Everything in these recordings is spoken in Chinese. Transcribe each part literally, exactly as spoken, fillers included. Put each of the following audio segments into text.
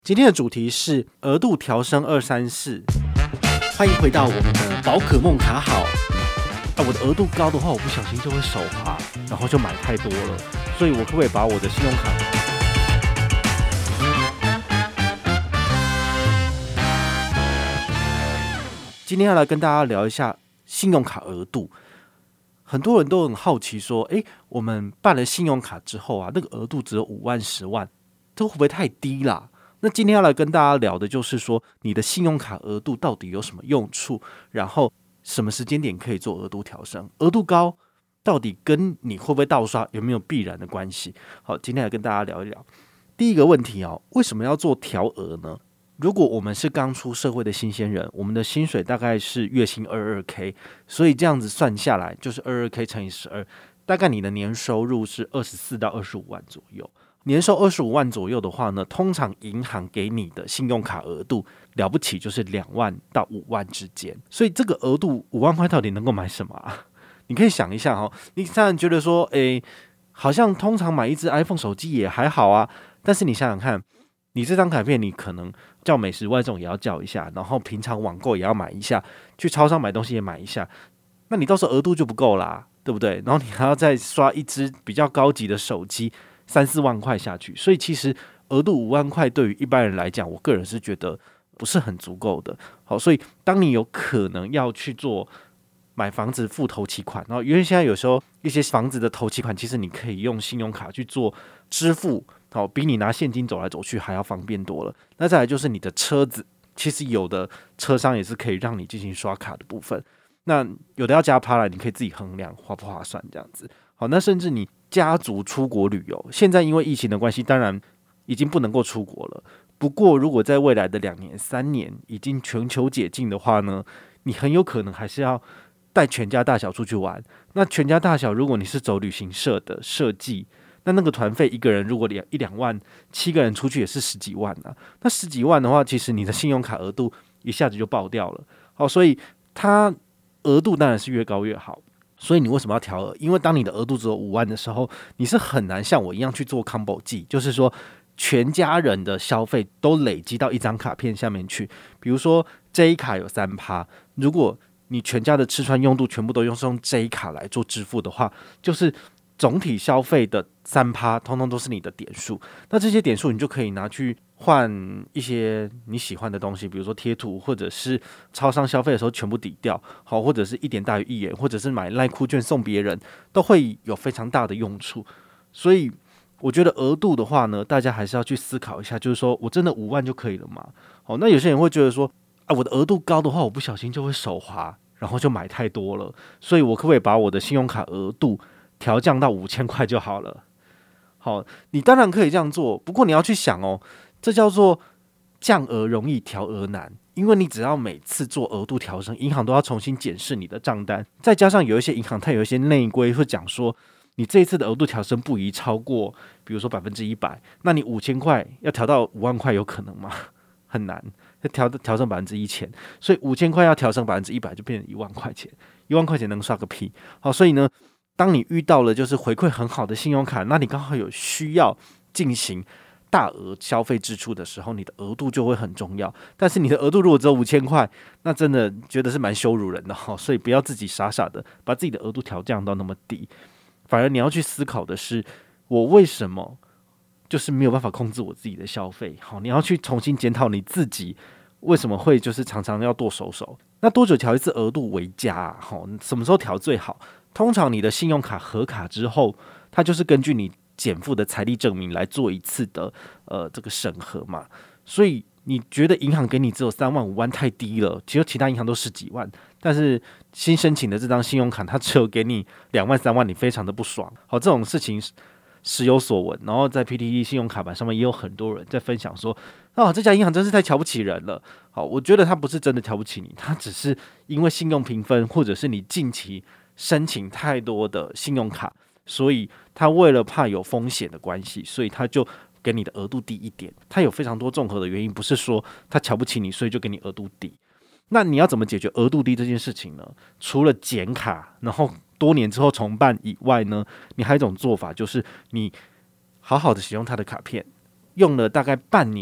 今天的主题是额度调升二三四，欢迎回到我们的宝可梦卡好。啊，我的额度高的话，我不小心就会手滑，然后就买太多了，所以我可不可以把我的信用卡？今天要来跟大家聊一下信用卡额度。很多人都很好奇说，诶，我们办了信用卡之后啊，那个额度只有五万、十万，这会不会太低啦？那今天要来跟大家聊的就是说，你的信用卡额度到底有什么用处，然后什么时间点可以做额度调升，额度高到底跟你会不会盗刷有没有必然的关系。好，今天来跟大家聊一聊。第一个问题哦，为什么要做调额呢？如果我们是刚出社会的新鲜人，我们的薪水大概是月薪 二十二 K， 所以这样子算下来就是 二十二 K 乘以十二，大概你的年收入是二十四到二十五万左右。年收二十五万左右的话呢，通常银行给你的信用卡额度了不起就是两万到五万之间，所以这个额度五万块到底能够买什么啊？你可以想一下哦，你当然觉得说，诶，好像通常买一只 iPhone 手机也还好啊，但是你想想看，你这张卡片你可能叫美食外送也要叫一下，然后平常网购也要买一下，去超商买东西也买一下，那你到时候额度就不够啦，对不对？然后你还要再刷一只比较高级的手机。三四万块下去，所以其实额度五万块对于一般人来讲，我个人是觉得不是很足够的。好，所以当你有可能要去做买房子付头期款，然后因为现在有时候一些房子的头期款，其实你可以用信用卡去做支付，好，比你拿现金走来走去还要方便多了。那再来就是你的车子，其实有的车商也是可以让你进行刷卡的部分，那有的要加趴了，你可以自己衡量划不划算这样子。好，那甚至你家族出国旅游，现在因为疫情的关系，当然已经不能够出国了。不过，如果在未来的两年、三年已经全球解禁的话呢，你很有可能还是要带全家大小出去玩。那全家大小，如果你是走旅行社的设计，那那个团费一个人如果两一两万，七个人出去也是十几万啊。那十几万的话，其实你的信用卡额度一下子就爆掉了。好，所以它额度当然是越高越好。所以你为什么要调额？因为当你的额度只有五万的时候，你是很难像我一样去做 combo 计，就是说全家人的消费都累积到一张卡片下面去。比如说 J 卡有 百分之三， 如果你全家的吃穿用度全部都用是用 J 卡来做支付的话，就是总体消费的 百分之三 通通都是你的点数。那这些点数你就可以拿去换一些你喜欢的东西，比如说贴图，或者是超商消费的时候全部抵掉，好，或者是一点大于一元，或者是买赖酷券送别人，都会有非常大的用处。所以我觉得额度的话呢，大家还是要去思考一下，就是说我真的五万就可以了吗？好，那有些人会觉得说，啊，我的额度高的话，我不小心就会手滑，然后就买太多了，所以我可不可以把我的信用卡额度调降到五千块就好了？好，你当然可以这样做，不过你要去想哦。这叫做降额容易调额难，因为你只要每次做额度调升，银行都要重新检视你的账单，再加上有一些银行它有一些内规会讲说，你这一次的额度调升不宜超过，比如说百分之一百，那你五千块要调到五万块有可能吗？很难，要调调升百分之一千，所以五千块要调升百分之一百就变成一万块钱，一万块钱能刷个屁。好，所以呢，当你遇到了就是回馈很好的信用卡，那你刚好有需要进行大额消费支出的时候，你的额度就会很重要。但是你的额度如果只有五千块，那真的觉得是蛮羞辱人的哈。所以不要自己傻傻的把自己的额度调降到那么低，反而你要去思考的是，我为什么就是没有办法控制我自己的消费？好，你要去重新检讨你自己为什么会就是常常要剁手手。那多久调一次额度为佳啊？好，什么时候调最好？通常你的信用卡核卡之后，它就是根据你减负的财力证明来做一次的呃这个审核嘛，所以你觉得银行给你只有三万五万太低了，其实其他银行都十几万，但是新申请的这张信用卡它只有给你两万三万，你非常的不爽。好，这种事情时有所闻，然后在 P T T 信用卡版上面也有很多人在分享说，啊，这家银行真是太瞧不起人了。好，我觉得他不是真的瞧不起你，他只是因为信用评分或者是你近期申请太多的信用卡，所以他为了怕有风险的关系，所以他就给你的额度低一点。他有非常多综合的原因，不是说他瞧不起你，所以就给你额度低。那你要怎么解决额度低这件事情呢？除了减卡，然后多年之后重办以外呢，你还有一种做法，就是你好好的使用他的卡片，用了大概半年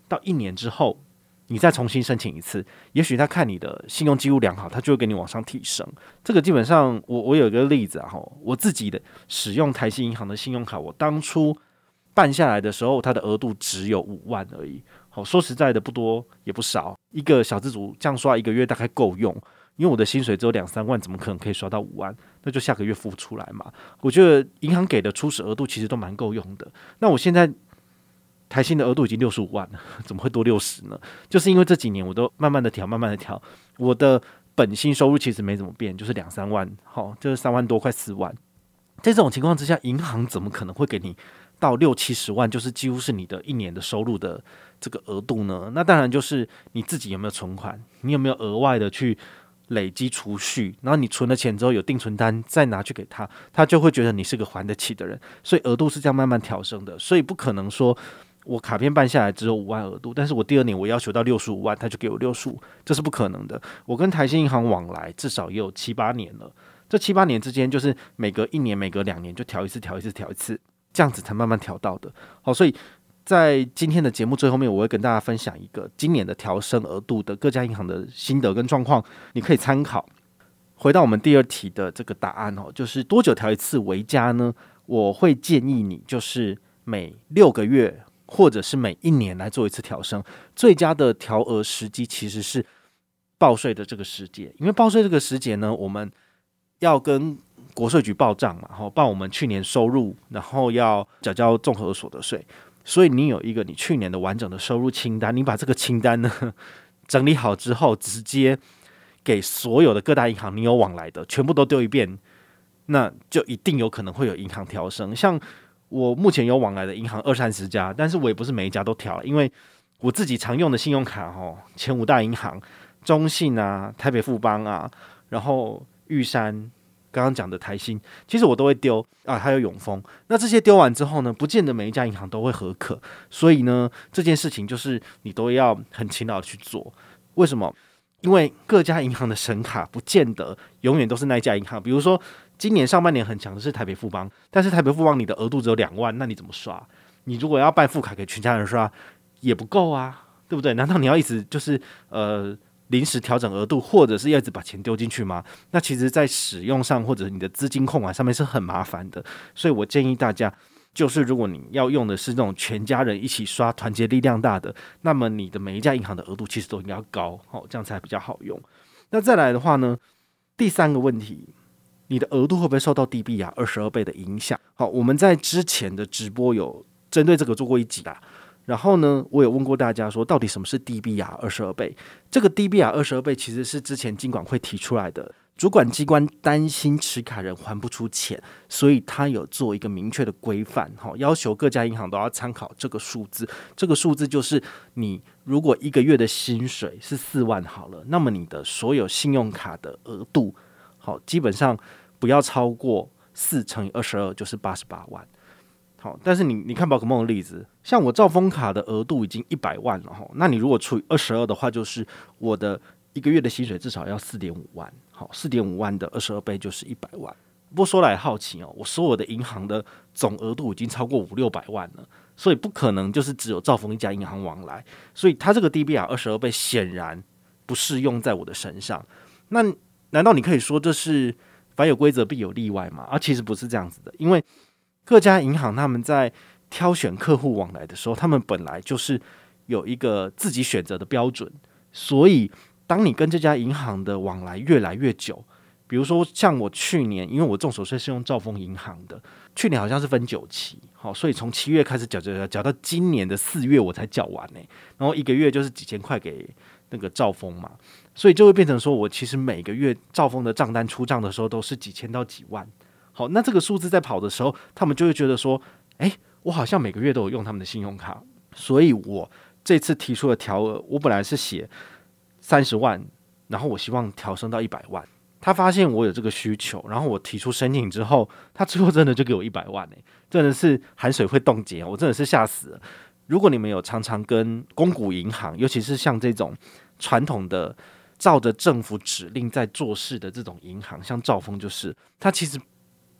到一年之后，你再重新申请一次，也许他看你的信用记录良好，他就会给你往上提升。这个基本上我我有一个例子啊，我自己的使用台新银行的信用卡，我当初办下来的时候，它的额度只有五万而已。好，说实在的，不多也不少，一个小资族这样刷一个月大概够用。因为我的薪水只有两三万，怎么可能可以刷到五万？那就下个月付出来嘛。我觉得银行给的初始额度其实都蛮够用的。那我现在台新的额度已经六十五万了，怎么会多六十呢？就是因为这几年我都慢慢的调，慢慢的调，我的本薪收入其实没怎么变，就是两三万，好，就是三万多，快四万。在这种情况之下，银行怎么可能会给你到六七十万，就是几乎是你的一年的收入的这个额度呢？那当然就是你自己有没有存款，你有没有额外的去累积储蓄，然后你存了钱之后有定存单再拿去给他，他就会觉得你是个还得起的人，所以额度是这样慢慢调升的。所以不可能说我卡片办下来只有五万额度，但是我第二年我要求到六十五万，他就给我六十五，这是不可能的。我跟台新银行往来至少也有七八年了，这七八年之间就是每隔一年每隔两年就调一次调一次调一次，这样子才慢慢调到的。好，所以在今天的节目最后面，我会跟大家分享一个今年的调升额度的各家银行的心得跟状况，你可以参考。回到我们第二题的这个答案哦，就是多久调一次为佳呢？我会建议你就是每六个月或者是每一年来做一次调升。最佳的调额时机其实是报税的这个时节，因为报税这个时节呢，我们要跟国税局报账嘛，然后报我们去年收入，然后要缴交综合所得税。所以你有一个你去年的完整的收入清单，你把这个清单呢整理好之后，直接给所有的各大银行你有往来的全部都丢一遍，那就一定有可能会有银行调升。像我目前有往来的银行二三十家，但是我也不是每一家都调，因为我自己常用的信用卡哦，前五大银行中信啊、台北富邦啊，然后玉山。刚刚讲的台新，其实我都会丢啊，还有永丰。那这些丢完之后呢，不见得每一家银行都会核可，所以呢，这件事情就是你都要很勤劳的去做。为什么？因为各家银行的审卡不见得永远都是那一家银行。比如说，今年上半年很强的是台北富邦，但是台北富邦你的额度只有两万，那你怎么刷？你如果要办副卡给全家人刷，也不够啊，对不对？难道你要一直就是呃？临时调整额度，或者是要一直把钱丢进去吗？那其实在使用上或者你的资金控管上面是很麻烦的，所以我建议大家，就是如果你要用的是那种全家人一起刷、团结力量大的，那么你的每一家银行的额度其实都应该要高，哦，这样才比较好用。那再来的话呢，第三个问题，你的额度会不会受到 D B R 二十二倍的影响？好，我们在之前的直播有针对这个做过一集啦。然后呢，我有问过大家说，到底什么是 D B R 二十二倍？这个 D B R 二十二倍其实是之前金管会提出来的，主管机关担心持卡人还不出钱，所以他有做一个明确的规范，要求各家银行都要参考这个数字。这个数字就是你如果一个月的薪水是四万好了，那么你的所有信用卡的额度，好，基本上不要超过四乘以二十二，就是八十八万。好，但是你你看宝可梦的例子，像我兆丰卡的额度已经一百万了哈，那你如果除以二十二的话，就是我的一个月的薪水至少要四点五万。好，四点五万的二十二倍就是一百万。不过说来好奇哦，我所有的银行的总额度已经超过五六百万了，所以不可能就是只有兆丰一家银行往来，所以它这个 D B R 二十二倍显然不适用在我的身上。那难道你可以说这是凡有规则必有例外吗？啊，其实不是这样子的，因为各家银行他们在挑选客户往来的时候，他们本来就是有一个自己选择的标准，所以当你跟这家银行的往来越来越久，比如说像我去年，因为我重手税是用兆丰银行的，去年好像是分九期，好，所以从七月开始缴缴缴缴到今年的四月我才缴完呢、欸，然后一个月就是几千块给那个兆丰嘛，所以就会变成说我其实每个月兆丰的账单出账的时候都是几千到几万。好，那这个数字在跑的时候，他们就会觉得说，哎、欸，我好像每个月都有用他们的信用卡，所以我这次提出的调额，我本来是写三十万，然后我希望调升到一百万。他发现我有这个需求，然后我提出申请之后，他最后真的就给我一百万、欸、真的是含水会冻结，我真的是吓死了。如果你们有常常跟公股银行，尤其是像这种传统的照着政府指令在做事的这种银行，像兆丰就是，它其实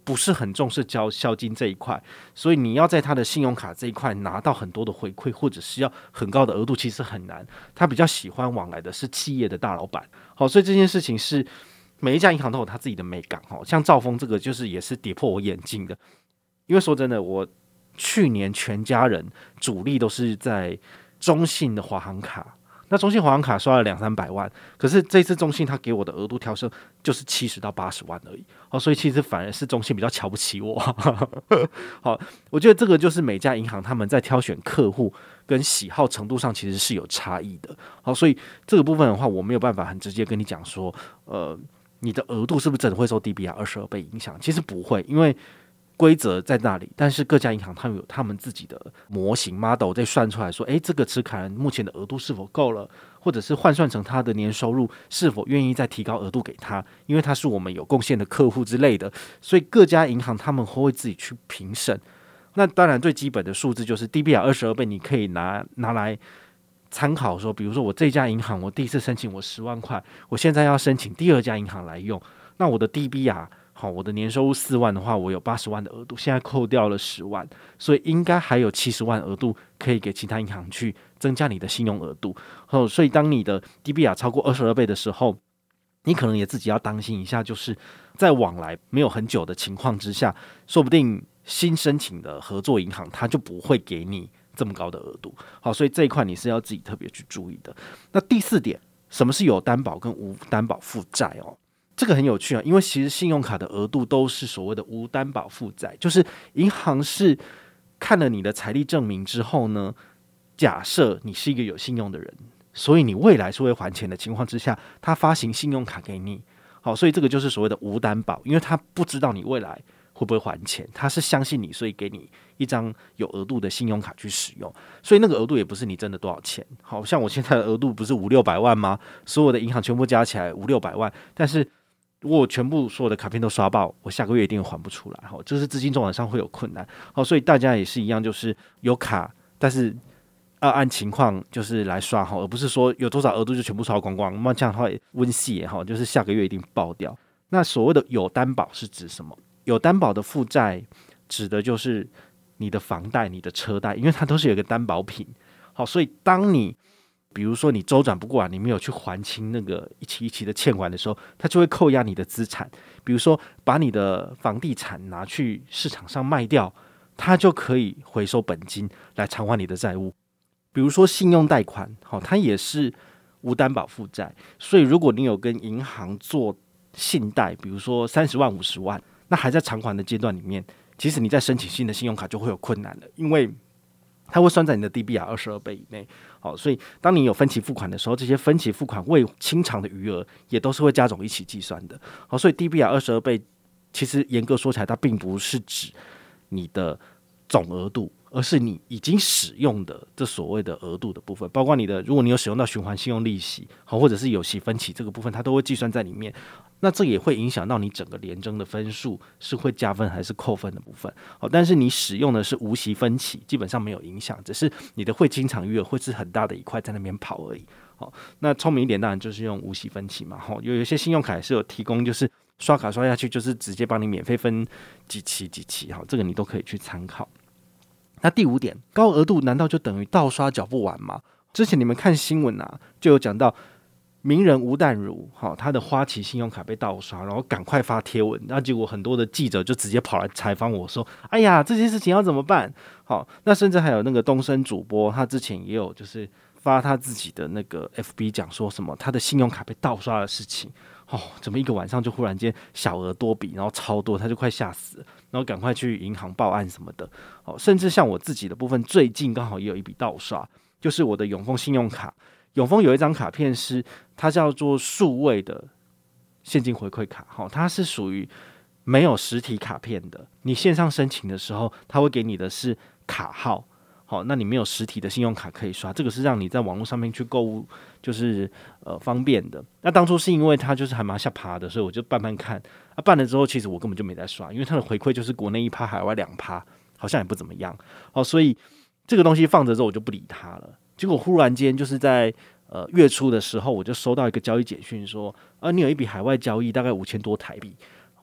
不是很重视交销金这一块，所以你要在他的信用卡这一块拿到很多的回馈，或者是要很高的额度，其实很难。他比较喜欢往来的是企业的大老板，好，所以这件事情是每一家银行都有他自己的美感，像兆丰这个就是也是跌破我眼镜的，因为说真的，我去年全家人主力都是在中信的华航卡。那中信华航卡刷了两三百万，可是这次中信他给我的额度调升就是七十到八十万而已，好，所以其实反而是中信比较瞧不起我。好，我觉得这个就是每家银行他们在挑选客户跟喜好程度上其实是有差异的。好，所以这个部分的话，我没有办法很直接跟你讲说，呃，你的额度是不是真的会受 D B R 二十二倍影响？其实不会，因为规则在那里，但是各家银行他们有他们自己的模型 model 在算出来说，诶，这个持卡人目前的额度是否够了，或者是换算成他的年收入是否愿意再提高额度给他，因为他是我们有贡献的客户之类的，所以各家银行他们会自己去评审。那当然最基本的数字就是 D B R 二十二倍，你可以拿拿来参考说，比如说我这家银行我第一次申请我十万块，我现在要申请第二家银行来用，那我的 D B R好，我的年收入四万的话，我有八十万的额度，现在扣掉了十万，所以应该还有七十万额度可以给其他银行去增加你的信用额度。哦，所以当你的 D B R 超过二十二倍的时候，你可能也自己要当心一下，就是在往来没有很久的情况之下，说不定新申请的合作银行它就不会给你这么高的额度。好，所以这一块你是要自己特别去注意的。那第四点，什么是有担保跟无担保负债哦？这个很有趣啊，因为其实信用卡的额度都是所谓的无担保负债，就是银行是看了你的财力证明之后呢，假设你是一个有信用的人，所以你未来是会还钱的情况之下，他发行信用卡给你，好，所以这个就是所谓的无担保，因为他不知道你未来会不会还钱，他是相信你，所以给你一张有额度的信用卡去使用，所以那个额度也不是你真的多少钱，好像我现在的额度不是五六百万吗？所有的银行全部加起来五六百万，但是如果我全部所有的卡片都刷爆，我下个月一定还不出来，就是资金周转上会有困难，所以大家也是一样，就是有卡，但是要按情况就是来刷，而不是说有多少额度就全部刷光光，那这样的话温系就是下个月一定爆掉。那所谓的有担保是指什么？有担保的负债指的就是你的房贷、你的车贷，因为它都是有一个担保品，好，所以当你比如说你周转不过来，你没有去还清那个一期一期的欠款的时候，它就会扣押你的资产。比如说把你的房地产拿去市场上卖掉，它就可以回收本金来偿还你的债务。比如说信用贷款，好，它也是无担保负债。所以如果你有跟银行做信贷，比如说三十万、五十万，那还在偿还的阶段里面，其实你在申请新的信用卡就会有困难了，因为它会算在你的 D B R 二十二倍以内。好，所以当你有分期付款的时候，这些分期付款未清偿的余额也都是会加总一起计算的。好，所以 D B R 二十二倍其实严格说起来，它并不是指你的总额度，而是你已经使用的这所谓的额度的部分，包括你的，如果你有使用到循环信用利息，好，或者是有息分期这个部分，它都会计算在里面。那这也会影响到你整个联征的分数是会加分还是扣分的部分。好，但是你使用的是无息分期，基本上没有影响，只是你的汇清偿余额会是很大的一块在那边跑而已。好，那聪明一点当然就是用无息分期嘛。好，有一些信用卡是有提供，就是刷卡刷下去就是直接帮你免费分几期几期，好，这个你都可以去参考。那第五点，高额度难道就等于盗刷缴不完吗？之前你们看新闻啊，就有讲到名人吴淡如，好，他的花旗信用卡被盗刷，然后赶快发贴文，那结果很多的记者就直接跑来采访我说：“哎呀，这件事情要怎么办？”好，那甚至还有那个东森主播，他之前也有就是发他自己的那个 F B 讲说什么他的信用卡被盗刷的事情。哦，怎么一个晚上就忽然间小额多笔，然后超多，他就快吓死了，然后赶快去银行报案什么的。哦，甚至像我自己的部分，最近刚好也有一笔盗刷，就是我的永丰信用卡。永丰有一张卡片是它叫做数位的现金回馈卡，好，它是属于没有实体卡片的。你线上申请的时候，它会给你的是卡号，好，那你没有实体的信用卡可以刷，这个是让你在网络上面去购物就是呃方便的。那当初是因为它就是还蛮下爬的，所以我就办办看。啊，办了之后，其实我根本就没在刷，因为它的回馈就是国内一趴，海外两趴，好像也不怎么样。哦，所以这个东西放着之后，我就不理它了。结果忽然间就是在呃月初的时候，我就收到一个交易简讯说，啊，你有一笔海外交易大概五千多台币，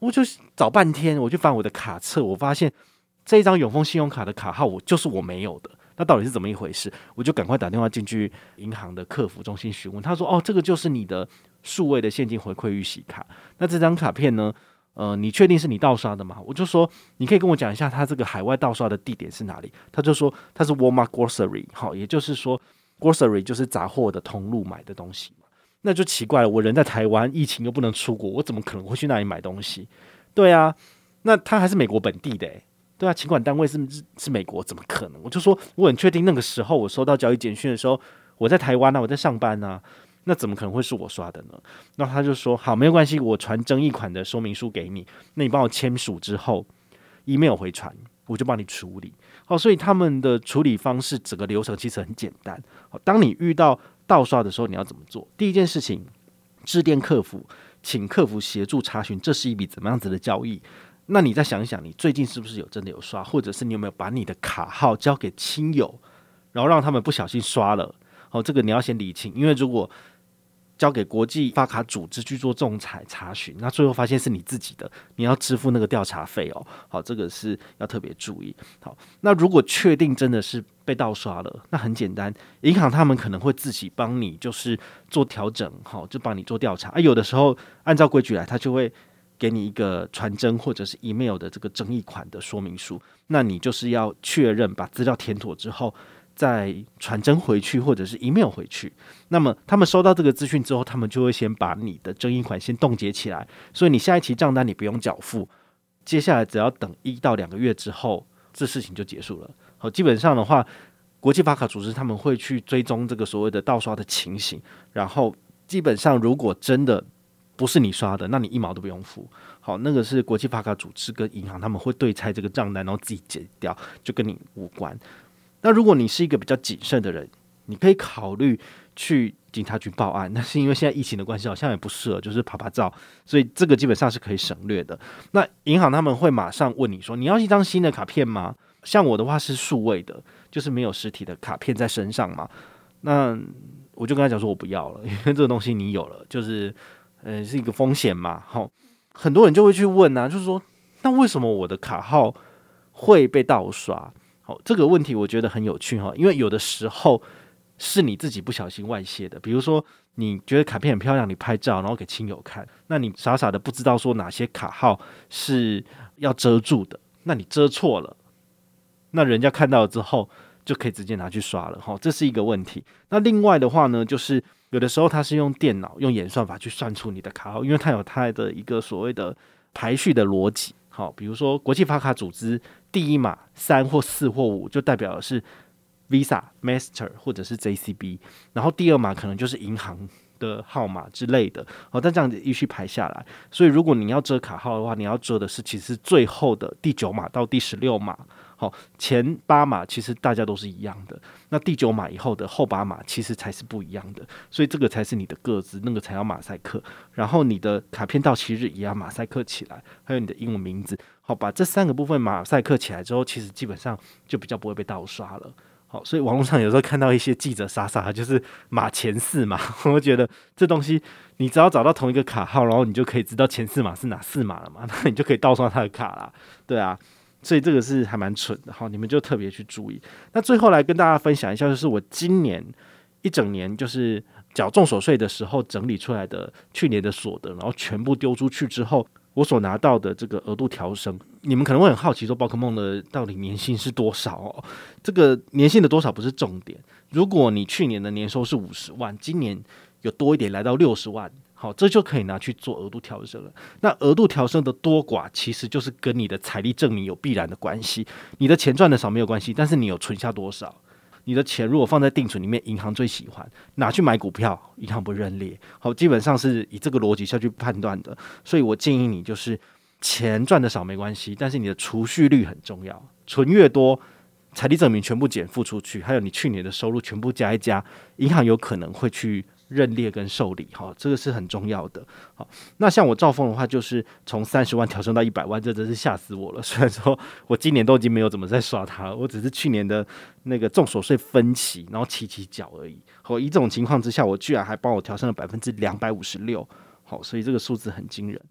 我就找半天，我就翻我的卡册，我发现这一张永丰信用卡的卡号我就是我没有的。那到底是怎么一回事？我就赶快打电话进去银行的客服中心询问，他说：“哦，这个就是你的数位的现金回馈预洗卡。那这张卡片呢？呃，你确定是你盗刷的吗？”我就说：“你可以跟我讲一下，他这个海外盗刷的地点是哪里？”他就说：“他是 Walmart Grocery， 好，也就是说 Grocery 就是杂货的通路买的东西嘛。那就奇怪了，我人在台湾，疫情又不能出国，我怎么可能会去那里买东西？对啊，那他还是美国本地的、欸。”对啊，请管单位是是美国，怎么可能？我就说我很确定那个时候我收到交易简讯的时候，我在台湾啊，我在上班啊，那怎么可能会是我刷的呢？那他就说好，没有关系，我传争议款的说明书给你，那你帮我签署之后 ，email 回传，我就帮你处理。好，所以他们的处理方式整个流程其实很简单。好，当你遇到盗刷的时候，你要怎么做？第一件事情，致电客服，请客服协助查询这是一笔怎么样子的交易。那你再想一想，你最近是不是有真的有刷，或者是你有没有把你的卡号交给亲友，然后让他们不小心刷了？好，这个你要先理清，因为如果交给国际发卡组织去做仲裁查询，那最后发现是你自己的，你要支付那个调查费哦。好，这个是要特别注意。好，那如果确定真的是被盗刷了，那很简单，银行他们可能会自己帮你就是做调整，好，就帮你做调查。啊，有的时候按照规矩来，他就会给你一个传真或者是 email 的这个争议款的说明书，那你就是要确认把资料填妥之后再传真回去或者是 email 回去。那么他们收到这个资讯之后，他们就会先把你的争议款先冻结起来，所以你下一期账单你不用缴付，接下来只要等一到两个月之后，这事情就结束了。好，基本上的话，国际发卡组织他们会去追踪这个所谓的盗刷的情形，然后基本上如果真的不是你刷的，那你一毛都不用付。好，那个是国际发卡组织跟银行他们会对拆这个账单，然后自己解掉，就跟你无关。那如果你是一个比较谨慎的人，你可以考虑去警察局报案，但是因为现在疫情的关系，好像也不适合，就是拍拍照，所以这个基本上是可以省略的。那银行他们会马上问你说，你要一张新的卡片吗？像我的话是数位的，就是没有实体的卡片在身上嘛。那我就跟他讲说，我不要了，因为这个东西你有了，就是呃是一个风险嘛。好，很多人就会去问啊，就是说，那为什么我的卡号会被盗刷？好，这个问题我觉得很有趣哈，因为有的时候是你自己不小心外泄的，比如说你觉得卡片很漂亮，你拍照然后给亲友看，那你傻傻的不知道说哪些卡号是要遮住的，那你遮错了，那人家看到了之后就可以直接拿去刷了哈，这是一个问题。那另外的话呢，就是有的时候它是用电脑用演算法去算出你的卡号，因为它有它的一个所谓的排序的逻辑。好，比如说国际发卡组织第一码三或四或五就代表的是 Visa、Master 或者是 J C B， 然后第二码可能就是银行的号码之类的。好，但这样子依序排下来，所以如果你要遮卡号的话，你要遮的是其实最后的第九码到第十六码。好，前八码其实大家都是一样的，那第九码以后的后八码其实才是不一样的，所以这个才是你的个资，那个才要马赛克，然后你的卡片到期日也要马赛克起来，还有你的英文名字。好，把这三个部分马赛克起来之后，其实基本上就比较不会被盗刷了。好，所以网络上有时候看到一些记者傻傻的就是码前四码，我觉得这东西你只要找到同一个卡号，然后你就可以知道前四码是哪四码了嘛，那你就可以盗刷他的卡啦，对啊。所以这个是还蛮蠢的，好，你们就特别去注意。那最后来跟大家分享一下，就是我今年一整年就是缴重所税的时候整理出来的去年的所得，然后全部丢出去之后，我所拿到的这个额度调升。你们可能会很好奇说，宝可梦的到底年薪是多少哦？这个年薪的多少不是重点。如果你去年的年收是五十万，今年有多一点来到六十万。好，这就可以拿去做额度调升了。那额度调升的多寡，其实就是跟你的财力证明有必然的关系。你的钱赚的少没有关系，但是你有存下多少？你的钱如果放在定存里面，银行最喜欢拿去买股票，银行不认列。好，基本上是以这个逻辑下去判断的。所以我建议你就是钱赚的少没关系，但是你的储蓄率很重要，存越多，财力证明全部减负出去，还有你去年的收入全部加一加，银行有可能会去认列跟受理，好，这个是很重要的。好，那像我兆丰的话，就是从三十万调升到一百万，这真是吓死我了。虽然说我今年都已经没有怎么在刷它了，我只是去年的那个重所税分期，然后期期缴而已。好，以这种情况之下，我居然还帮我调升了百分之两百五十六，好，所以这个数字很惊人。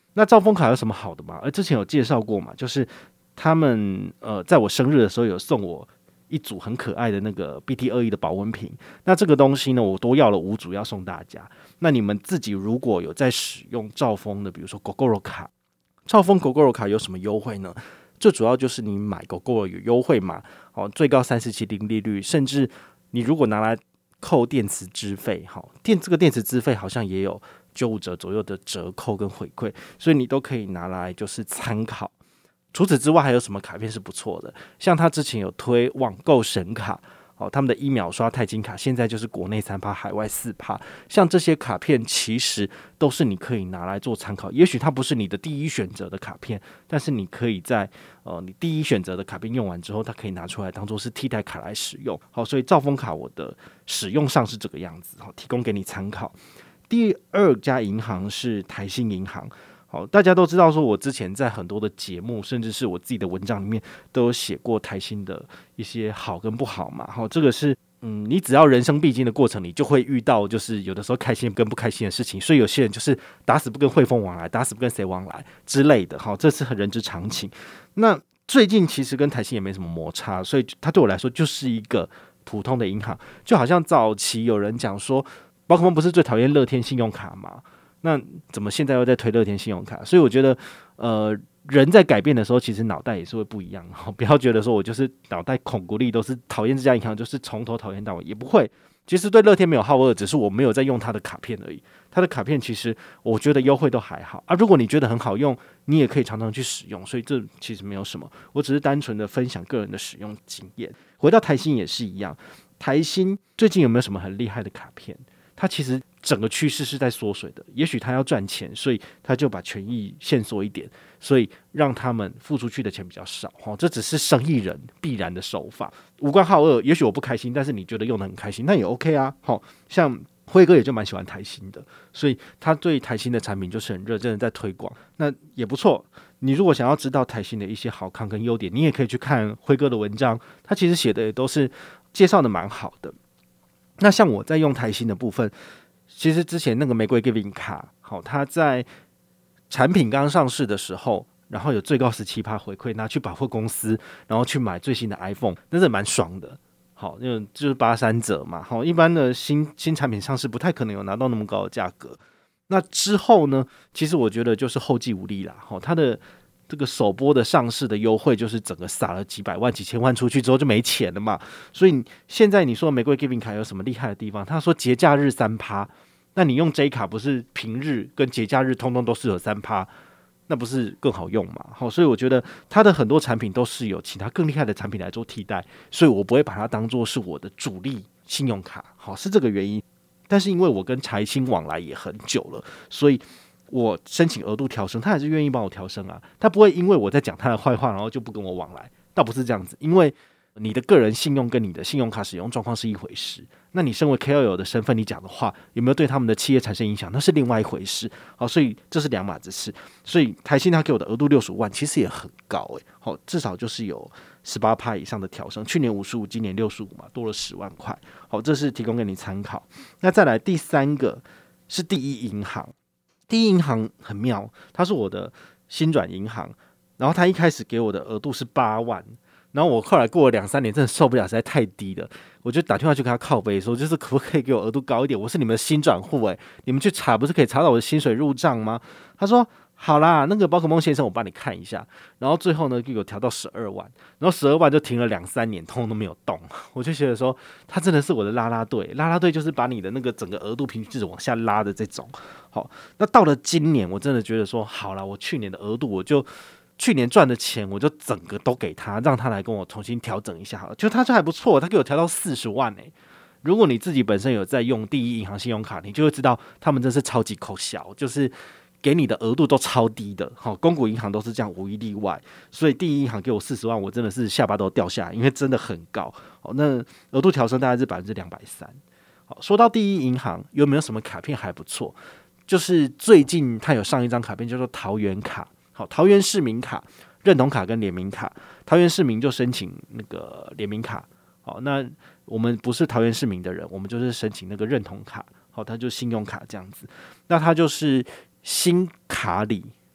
那兆丰卡有什么好的吗？而之前有介绍过嘛，就是他们呃在我生日的时候有送我一组很可爱的那个 B T 二一 的保温瓶。那这个东西呢，我多要了五组要送大家。那你们自己如果有在使用兆丰的，比如说 Gogoro 卡，兆丰 Gogoro 卡有什么优惠呢？最主要就是你买 Gogoro 有优惠码，哦，最高三十期零利率，甚至你如果拿来扣电池资费，好，电这个电池资费好像也有九五折左右的折扣跟回馈，所以你都可以拿来就是参考。除此之外，还有什么卡片是不错的？像他之前有推网购神卡，哦，他们的一秒刷钛金卡，现在就是国内三趴，海外四趴。像这些卡片，其实都是你可以拿来做参考。也许它不是你的第一选择的卡片，但是你可以在呃你第一选择的卡片用完之后，它可以拿出来当做是替代卡来使用。好，所以兆丰卡我的使用上是这个样子，好，提供给你参考。第二家银行是台新银行。好，大家都知道说我之前在很多的节目，甚至是我自己的文章里面都有写过台新的一些好跟不好嘛。好，这个是嗯，你只要人生必经的过程，你就会遇到就是有的时候开心跟不开心的事情，所以有些人就是打死不跟汇丰往来，打死不跟谁往来之类的。好，这是很人之常情。那最近其实跟台新也没什么摩擦，所以它对我来说就是一个普通的银行，就好像早期有人讲说，宝可梦不是最讨厌乐天信用卡吗？那怎么现在又在推乐天信用卡？所以我觉得，呃，人在改变的时候，其实脑袋也是会不一样。不要觉得说我就是脑袋孔骨力都是讨厌这家银行，就是从头讨厌到尾，也不会。其实对乐天没有好恶，只是我没有在用它的卡片而已。它的卡片其实我觉得优惠都还好啊。如果你觉得很好用，你也可以常常去使用，所以这其实没有什么。我只是单纯的分享个人的使用经验。回到台新也是一样，台新最近有没有什么很厉害的卡片？它其实整个趋势是在缩水的，也许他要赚钱，所以他就把权益限缩一点，所以让他们付出去的钱比较少。这只是生意人必然的手法，无关好恶。也许我不开心，但是你觉得用得很开心，那也 OK 啊。像辉哥也就蛮喜欢台新的，所以他对台新的产品就是很热，真的在推广，那也不错。你如果想要知道台新的一些好康跟优点，你也可以去看辉哥的文章，他其实写的也都是介绍的蛮好的。那像我在用台新的部分，其实之前那个玫瑰 Giving 卡，好，它在产品刚上市的时候，然后有最高 百分之十七 回馈，拿去百货公司，然后去买最新的 iPhone， 那是蛮爽的。好，因为就是八三折嘛，好，一般的新新产品上市不太可能有拿到那么高的价格。那之后呢，其实我觉得就是后继无力啦。好，它的这个首波的上市的优惠就是整个撒了几百万几千万出去之后就没钱了嘛，所以现在你说玫瑰 Giving 卡有什么厉害的地方？他说节假日三趴，那你用 J 卡不是平日跟节假日通通都是有三趴，那不是更好用嘛？好，所以我觉得它的很多产品都是有其他更厉害的产品来做替代，所以我不会把它当作是我的主力信用卡，好，是这个原因。但是因为我跟财新往来也很久了，所以我申请额度调升，他还是愿意帮我调升啊，他不会因为我在讲他的坏话，然后就不跟我往来，倒不是这样子。因为你的个人信用跟你的信用卡使用状况是一回事，那你身为 K O L 的身份，你讲的话有没有对他们的企业产生影响，那是另外一回事。好，所以这是两码子事。所以台新他给我的额度六十五万，其实也很高诶、欸，好，至少就是有 百分之十八 以上的调升，去年五十五，今年六十五嘛，多了十万块。好，这是提供给你参考。那再来第三个是第一银行。第一银行很妙，它是我的新转银行，然后它一开始给我的额度是八万，然后我后来过了两三年，真的受不了，实在太低了，我就打电话去跟他靠背说，就是可不可以给我额度高一点？我是你们的新转户诶，你们去查不是可以查到我的薪水入账吗？他说好啦，那个宝可梦先生，我帮你看一下。然后最后呢，就有调到十二万，然后十二万就停了两三年，通通都没有动。我就觉得说，他真的是我的啦啦队，啦啦队就是把你的那个整个额度平均值往下拉的这种。好，那到了今年，我真的觉得说，好啦，我去年的额度，我就去年赚的钱，我就整个都给他，让他来跟我重新调整一下好了。就他就还不错，他给我调到四十万哎、欸。如果你自己本身有在用第一银行信用卡，你就会知道他们真是超级抠小，就是给你的额度都超低的，好，公股银行都是这样，无一例外。所以第一银行给我四十万，我真的是下巴都掉下来，因为真的很高。好，那额度调升大概是百分之两百三。好，说到第一银行有没有什么卡片还不错？就是最近它有上一张卡片叫做桃园卡，好，桃园市民卡、认同卡跟联名卡。桃园市民就申请那个联名卡，好，那我们不是桃园市民的人，我们就是申请那个认同卡，好，它就信用卡这样子。那它就是新卡里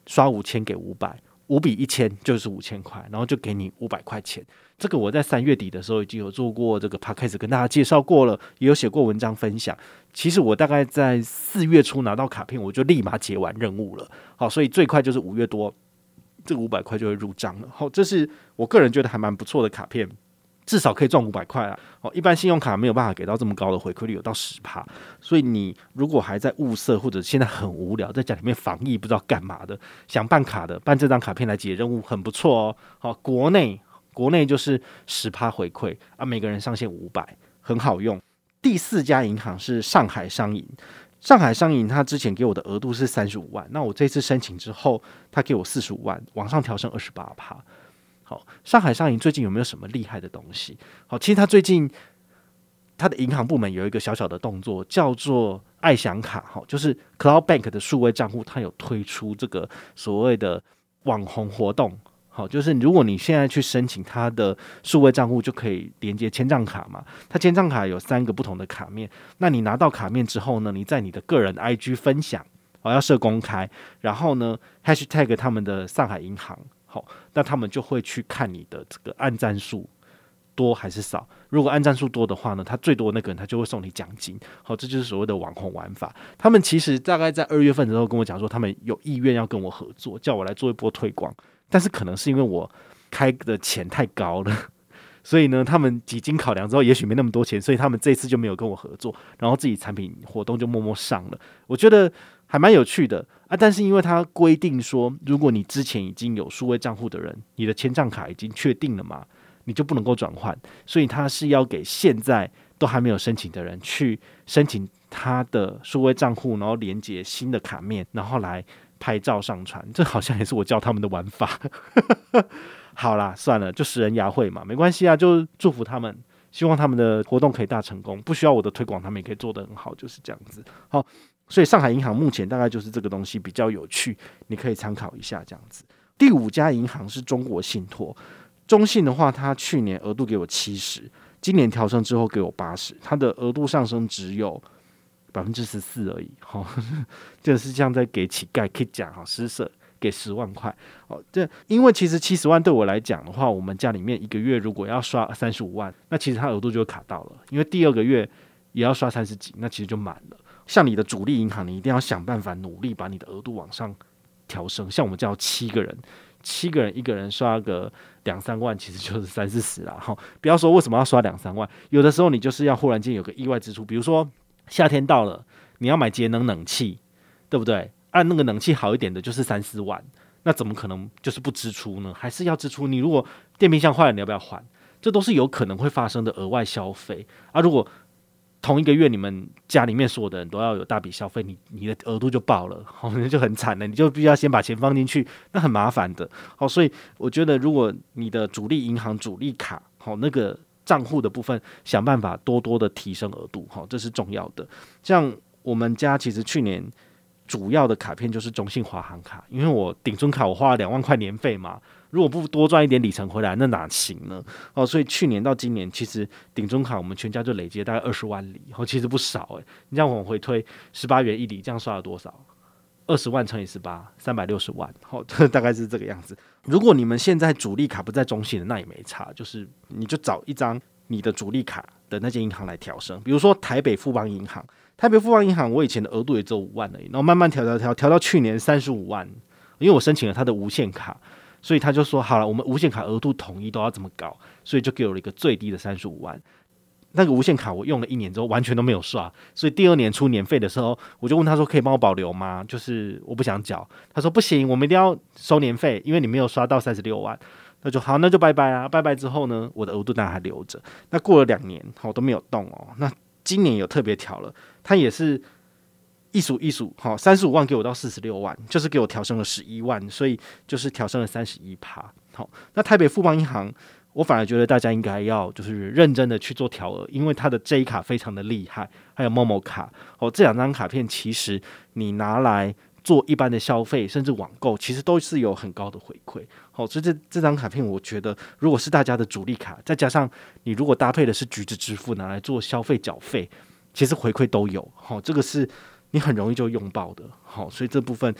刷五千给五百，五比一千就是五千块，然后就给你五百块钱。这个我在三月底的时候已经有做过这个 podcast 跟大家介绍过了，也有写过文章分享。其实我大概在四月初拿到卡片，我就立马结完任务了。好，所以最快就是五月多，这个五百块就会入账了。好，这是我个人觉得还蛮不错的卡片，至少可以赚五百块啊。哦，一般信用卡没有办法给到这么高的回馈率，有到 百分之十。所以你如果还在物色，或者现在很无聊，在家里面防疫不知道干嘛的，想办卡的，办这张卡片来解任务很不错哦。好，国内国内就是 百分之十 回馈啊，每个人上限五百，很好用。第四家银行是上海商银，上海商银它之前给我的额度是三十五万，那我这次申请之后，它给我四十五万，往上调升 百分之二十八。好，上海商银最近有没有什么厉害的东西？好，其实它最近它的银行部门有一个小小的动作，叫做爱享卡，好，就是 Cloud Bank 的数位账户，它有推出这个所谓的网红活动。好，就是如果你现在去申请它的数位账户，就可以连接千账卡嘛。它千账卡有三个不同的卡面，那你拿到卡面之后呢，你在你的个人 I G 分享，哦，要设公开，然后呢 hashtag 他们的上海银行，好，那他们就会去看你的这个按赞数多还是少。如果按赞数多的话呢，他最多那个人他就会送你奖金。好，这就是所谓的网红玩法。他们其实大概在二月份的时候跟我讲说，他们有意愿要跟我合作，叫我来做一波推广。但是可能是因为我开的钱太高了，所以呢，他们几经考量之后，也许没那么多钱，所以他们这一次就没有跟我合作，然后自己产品活动就默默上了。我觉得还蛮有趣的啊，但是因为它规定说，如果你之前已经有数位账户的人，你的千账卡已经确定了嘛，你就不能够转换，所以它是要给现在都还没有申请的人去申请他的数位账户，然后连接新的卡面，然后来拍照上传。这好像也是我教他们的玩法。好啦，算了，就食人牙慧嘛，没关系啊，就祝福他们，希望他们的活动可以大成功，不需要我的推广，他们也可以做得很好，就是这样子。好，所以上海银行目前大概就是这个东西比较有趣，你可以参考一下这样子。第五家银行是中国信托，中信的话，它去年额度给我七十，今年调升之后给我八十，它的额度上升只有百分之十四而已。好，这是像在给乞丐可以讲哈，施舍给十万块。哦，这因为其实七十万对我来讲的话，我们家里面一个月如果要刷三十五万，那其实它额度就会卡到了，因为第二个月也要刷三十几，那其实就满了。像你的主力银行，你一定要想办法努力把你的额度往上调升。像我们家有七个人，七个人一个人刷个两三万，其实就是三四十啦。哈，不要说为什么要刷两三万，有的时候你就是要忽然间有个意外支出，比如说夏天到了，你要买节能冷气，对不对？按那个冷气好一点的，就是三四万，那怎么可能就是不支出呢？还是要支出。你如果电冰箱坏了，你要不要换？这都是有可能会发生的额外消费啊！如果同一个月你们家里面所有的人都要有大笔消费，你你的额度就爆了，好，那就很惨了，你就必须要先把钱放进去，那很麻烦的。好，所以我觉得如果你的主力银行主力卡，好，那个账户的部分，想办法多多的提升额度，好，这是重要的。像我们家其实去年主要的卡片就是中信华航卡，因为我顶尊卡我花了两万块年费嘛，如果不多赚一点里程回来，那哪行呢？哦，所以去年到今年，其实顶尊卡我们全家就累积大概二十万里，哦，其实不少诶、欸。你这样往回推，十八元一里，这样刷了多少？二十万乘以十八，三百六十万，好，哦，大概是这个样子。如果你们现在主力卡不在中信的，那也没差，就是你就找一张你的主力卡的那间银行来调升，比如说台北富邦银行。台北富邦银行，我以前的额度也只有五万而已，然后慢慢调调调调到去年三十五万，因为我申请了他的无限卡，所以他就说好了，我们无限卡额度统一都要这么高，所以就给我了一个最低的三十五万。那个无限卡我用了一年之后完全都没有刷，所以第二年出年费的时候，我就问他说可以帮我保留吗？就是我不想缴，他说不行，我们一定要收年费，因为你没有刷到三十六万。那就好，那就拜拜啊！拜拜之后呢，我的额度当然还留着。那过了两年，我都没有动哦。那今年有特别调了，他也是一数一数，好，三十五万给我到四十六万，就是给我调升了十一万，所以就是调升了三十一趴。好，那台北富邦银行，我反而觉得大家应该要就是认真的去做调额，因为它的 J 卡非常的厉害，还有 Momo 卡，哦，这两张卡片其实你拿来做一般的消费，甚至网购，其实都是有很高的回馈。好，所以这这张卡片，我觉得如果是大家的主力卡，再加上你如果搭配的是橘子支付，拿来做消费缴费，其实回馈都有。好，这个是你很容易就用爆的。好，所以这部分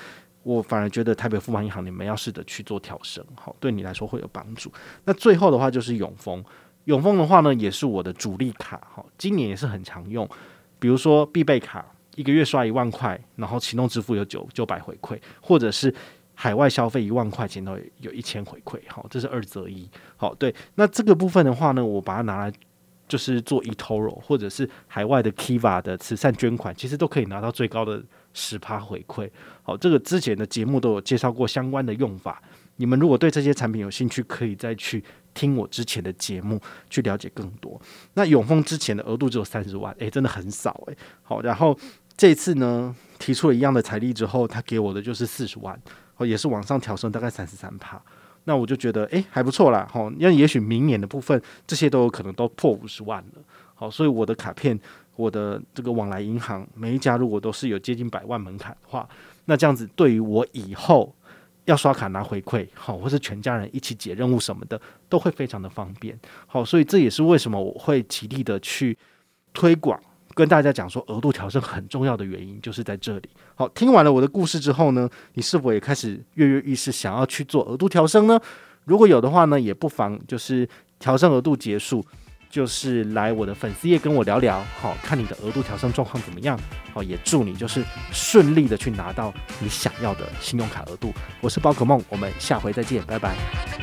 我反而觉得台北富邦银行你们要试着去做调升，好，对你来说会有帮助。那最后的话就是永丰，永丰的话呢也是我的主力卡，好，今年也是很常用，比如说必备卡，一个月刷一万块，然后启动支付有九九百回馈，或者是海外消费一万块钱都有一千回馈，好，这是二择一，好，对，那这个部分的话呢，我把它拿来就是做 eToro 或者是海外的 Kiva 的慈善捐款，其实都可以拿到最高的 百分之十 回馈。好，这个之前的节目都有介绍过相关的用法，你们如果对这些产品有兴趣，可以再去听我之前的节目去了解更多。那永丰之前的额度只有三十万，哎，真的很少哎。好，然后这一次呢提出了一样的财力之后，他给我的就是四十万，也是往上调升大概 百分之三十三。那我就觉得哎、欸、还不错啦，好，那也许明年的部分这些都有可能都破五十万了，好，所以我的卡片，我的这个往来银行每一家如果都是有接近百万门槛的话，那这样子对于我以后要刷卡拿回馈，好，或是全家人一起解任务什么的，都会非常的方便，好，所以这也是为什么我会极力的去推广。跟大家讲说额度调升很重要的原因就是在这里。好，听完了我的故事之后呢，你是否也开始跃跃欲试，想要去做额度调升呢？如果有的话呢，也不妨就是调升额度结束，就是来我的粉丝页跟我聊聊，好，看你的额度调升状况怎么样。好，也祝你就是顺利的去拿到你想要的信用卡额度。我是宝可梦，我们下回再见，拜拜。